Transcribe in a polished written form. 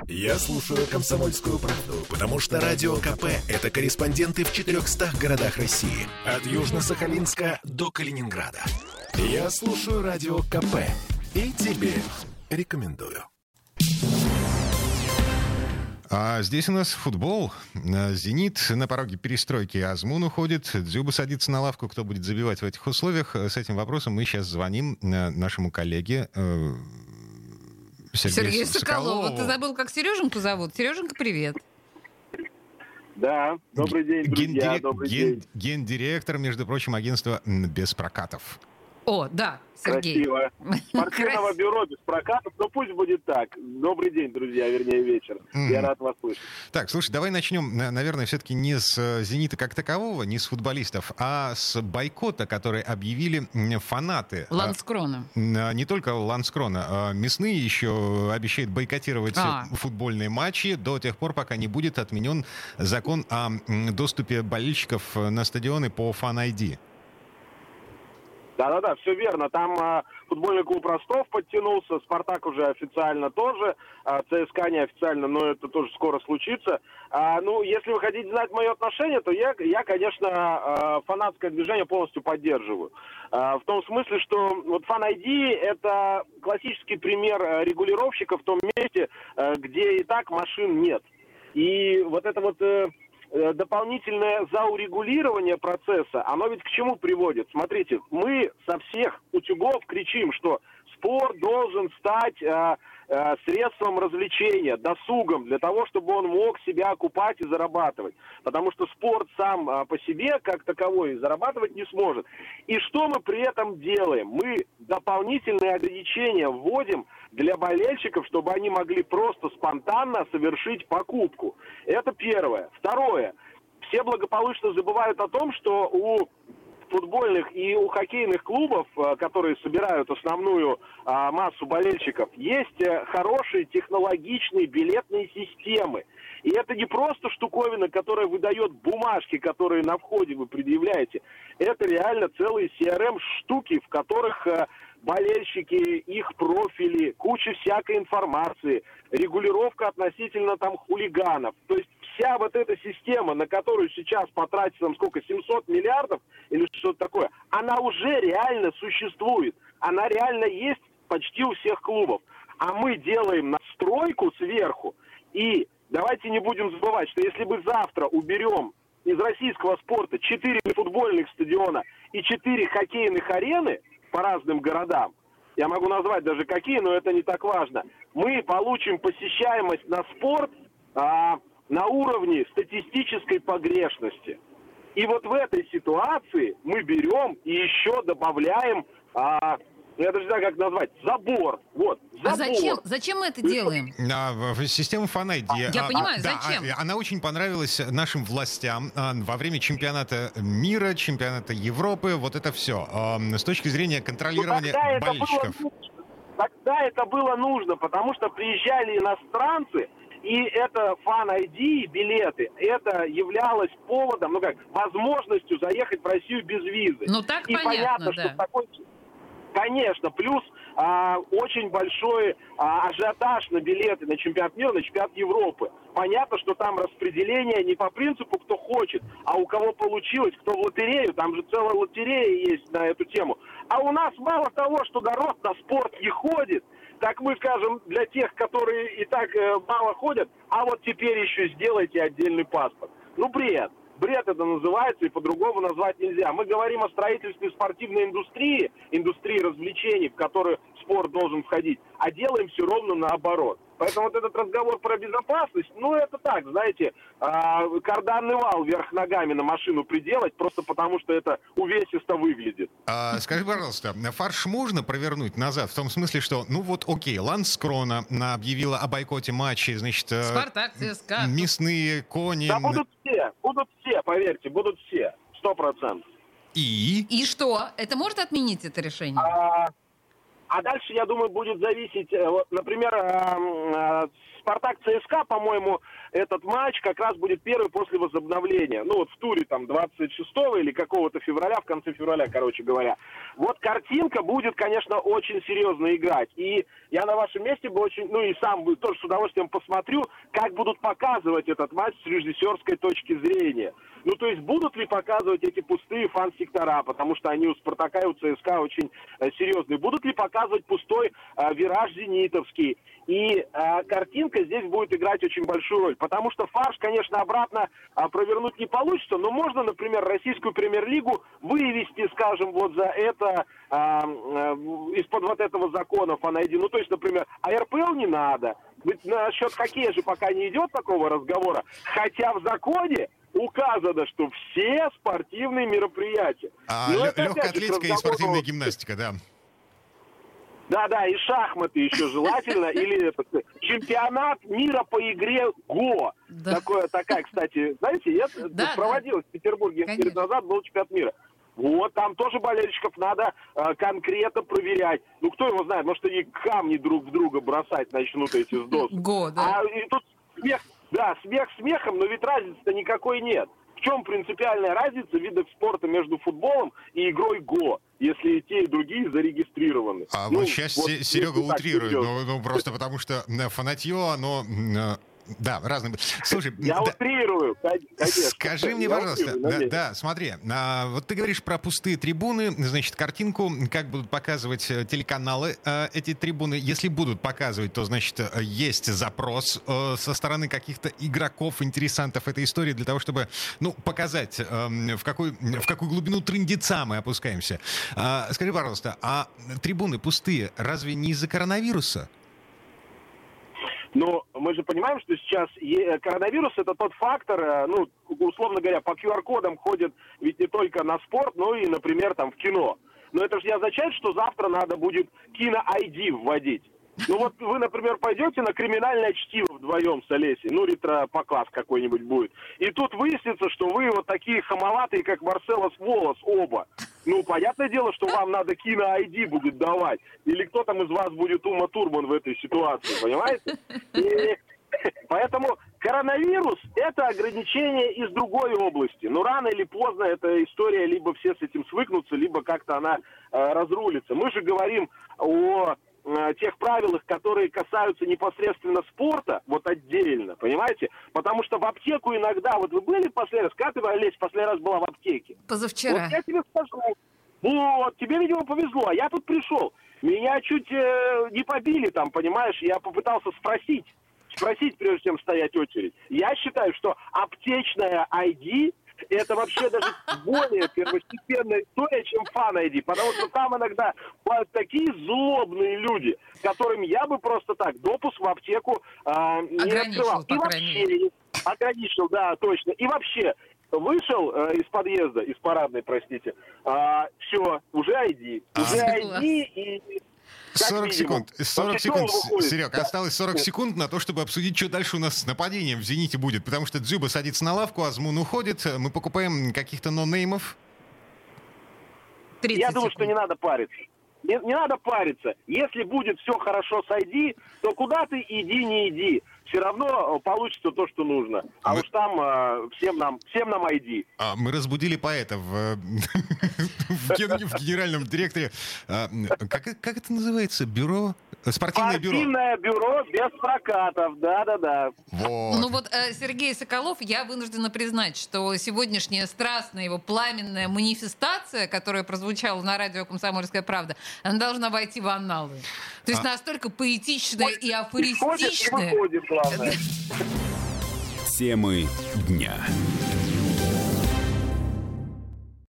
Я слушаю «Комсомольскую правду», потому что Радио КП – это корреспонденты в 400 городах России. От Южно-Сахалинска до Калининграда. Я слушаю Радио КП и тебе рекомендую. А здесь у нас футбол. «Зенит» на пороге перестройки. Азмун уходит, Дзюба садится на лавку. Кто будет забивать в этих условиях? С этим вопросом мы сейчас звоним нашему коллеге Сергею Соколову. Ты забыл, как Сереженьку зовут? Сереженька, привет. Да, добрый день, друзья, добрый день. Гендиректор, между прочим, агентства «Без прокатов». О, да, Сергей. Красиво. Спортивного бюро без прокатов, но пусть будет так. Добрый день, друзья, вернее, вечер. Я рад вас слышать. Так, слушай, давай начнем, наверное, все-таки не с «Зенита» как такового, не с футболистов, а с бойкота, который объявили фанаты. Ланскрона. Не только Ланскрона. Мясные еще обещают бойкотировать футбольные матчи до тех пор, пока не будет отменен закон о доступе болельщиков на стадионы по Fan-ID. Да, все верно. Там футбольный клуб Ростов подтянулся, Спартак уже официально тоже, ЦСКА неофициально, но это тоже скоро случится. Если вы хотите знать мое отношение, то я, конечно, фанатское движение полностью поддерживаю. В том смысле, что вот Fan-ID – это классический пример регулировщика в том месте, где и так машин нет. И вот это вот... дополнительное заурегулирование процесса, оно ведь к чему приводит? Смотрите, мы со всех утюгов кричим, что спорт должен стать средством развлечения, досугом, для того, чтобы он мог себя окупать и зарабатывать. Потому что спорт сам по себе, как таковой, зарабатывать не сможет. И что мы при этом делаем? Мы дополнительные ограничения вводим для болельщиков, чтобы они могли просто спонтанно совершить покупку. Это первое. Второе. Все благополучно забывают о том, что у футбольных и у хоккейных клубов, которые собирают основную массу болельщиков, есть хорошие технологичные билетные системы. И это не просто штуковина, которая выдает бумажки, которые на входе вы предъявляете. Это реально целые CRM-штуки, в которых болельщики, их профили, куча всякой информации, регулировка относительно там хулиганов. То есть вся вот эта система, на которую сейчас потратится 700 миллиардов или что-то такое, она уже реально существует. Она реально есть почти у всех клубов. А мы делаем настройку сверху. И давайте не будем забывать, что если мы завтра уберем из российского спорта 4 футбольных стадиона и 4 хоккейных арены по разным городам, я могу назвать даже какие, но это не так важно, мы получим посещаемость на спорт на уровне статистической погрешности. И вот в этой ситуации мы берем и еще добавляем, я даже не знаю, как назвать, забор. Вот, забор. Зачем мы это делаем? Система Fan-ID. Я понимаю, зачем? Она очень понравилась нашим властям во время чемпионата мира, чемпионата Европы, вот это все. С точки зрения контролирования болельщиков. Тогда это было нужно, потому что приезжали иностранцы, и это Fan-ID, билеты, это являлось поводом, возможностью заехать в Россию без визы. Ну так и понятно, да. что такой... Конечно, плюс очень большой ажиотаж на билеты на чемпионат мира, на чемпионат Европы. Понятно, что там распределение не по принципу кто хочет, а у кого получилось, кто в лотерею, там же целая лотерея есть на эту тему. А у нас мало того, что народ на спорт не ходит, так мы скажем для тех, которые и так мало ходят, а вот теперь еще сделайте отдельный паспорт. Бред. Бред это называется, и по-другому назвать нельзя. Мы говорим о строительстве спортивной индустрии, индустрии развлечений, в которую спорт должен входить, а делаем все ровно наоборот. Поэтому вот этот разговор про безопасность, это так, знаете, карданный вал вверх ногами на машину приделать, просто потому что это увесисто выглядит. Скажи, пожалуйста, фарш можно провернуть назад? В том смысле, что, окей, Ланскрона объявила о бойкоте матчей, значит... Спартак, ЦСКА. Мясные, кони... Да будут все, поверьте, будут все, 100%. И что? Это может отменить это решение? А дальше, я думаю, будет зависеть, например, Спартак ЦСКА, по-моему, этот матч как раз будет первый после возобновления. Ну, вот в туре там 26 или какого-то февраля, в конце февраля, короче говоря. Вот картинка будет, конечно, очень серьезно играть. И я на вашем месте бы очень, ну и сам бы тоже с удовольствием посмотрю, как будут показывать этот матч с режиссерской точки зрения. Ну, то есть, будут ли показывать эти пустые фан-сектора, потому что они у «Спартака» и у ЦСКА очень серьезные. Будут ли показывать пустой вираж зенитовский. И картинка здесь будет играть очень большую роль. Потому что фарш, конечно, обратно провернуть не получится, но можно, например, российскую премьер-лигу вывести, скажем, вот за это, из-под вот этого закона фан-айди. Ну, то есть, например, РПЛ не надо. Ведь насчет хоккея же пока не идет такого разговора. Хотя в законе указано, что все спортивные мероприятия. Легкая атлетика и спортивная гимнастика, да. Да, и шахматы еще желательно, или чемпионат мира по игре ГО. Да. Такая, кстати, знаете, проводилась в Петербурге лет назад, был чемпионат мира. Вот, там тоже болельщиков надо конкретно проверять. Ну, кто его знает, может, они камни друг в друга бросать начнут эти с досок. ГО, да. И тут смех смехом, но ведь разницы-то никакой нет. В чем принципиальная разница видов спорта между футболом и игрой ГО, если и те, и другие зарегистрированы? Вот сейчас Серега утрирует, просто потому что фанатье, оно... Да, разные. Слушай, я утрирую, конечно. Скажи мне, пожалуйста, смотри, вот ты говоришь про пустые трибуны, значит, картинку, как будут показывать телеканалы эти трибуны. Если будут показывать, то, значит, есть запрос со стороны каких-то игроков, интересантов этой истории для того, чтобы, показать, в какую глубину трындеца мы опускаемся. Скажи, пожалуйста, а трибуны пустые разве не из-за коронавируса? Но мы же понимаем, что сейчас коронавирус – это тот фактор, условно говоря, по QR-кодам ходят ведь не только на спорт, но и, например, там в кино. Но это же не означает, что завтра надо будет кино-ID вводить. Ну вот вы, например, пойдете на криминальное чтиво вдвоем с Олесей, ретро-показ какой-нибудь будет, и тут выяснится, что вы вот такие хамоватые, как Марселос Волос оба. Понятное дело, что вам надо кино-ID будет давать. Или кто там из вас будет Ума Турман в этой ситуации, понимаете? И поэтому коронавирус – это ограничение из другой области. Но рано или поздно эта история, либо все с этим свыкнутся, либо как-то она разрулится. Мы же говорим о тех правилах, которые касаются непосредственно спорта, вот отдельно, понимаете? Потому что в аптеку иногда, вот вы были последний раз, когда ты, Олесь, последний раз была в аптеке? Позавчера. Вот я тебе скажу, вот, тебе, видимо, повезло, а я тут пришел. Меня чуть не побили там, понимаешь, я попытался спросить, прежде чем стоять очередь. Я считаю, что аптечная ID это вообще даже более первостепенная история, чем фан-айди. Потому что там иногда бывают такие злобные люди, которым я бы просто так допуск в аптеку не открывал. И вообще, ограничил, да, точно. И вообще, вышел из подъезда, из парадной, простите, все, уже ID. Уже ID и... 40 секунд, Серег, осталось 40 секунд на то, чтобы обсудить, что дальше у нас с нападением в «Зените» будет. Потому что Дзюба садится на лавку, Азмун уходит, мы покупаем каких-то нонеймов. Я думаю, что не надо париться. Не надо париться. Если будет все хорошо с ID, то куда ты иди, не иди. Все равно получится то, что нужно. А уж там всем нам ID. Мы разбудили поэта в генеральном директоре. Как это называется? Бюро? Спортивное бюро без прокатов. Да. Вот. Сергей Соколов, я вынуждена признать, что сегодняшняя страстная его пламенная манифестация, которая прозвучала на радио «Комсомольская правда», она должна войти в анналы. То есть настолько поэтичная и афористичная. Выходит, главное. Темы дня.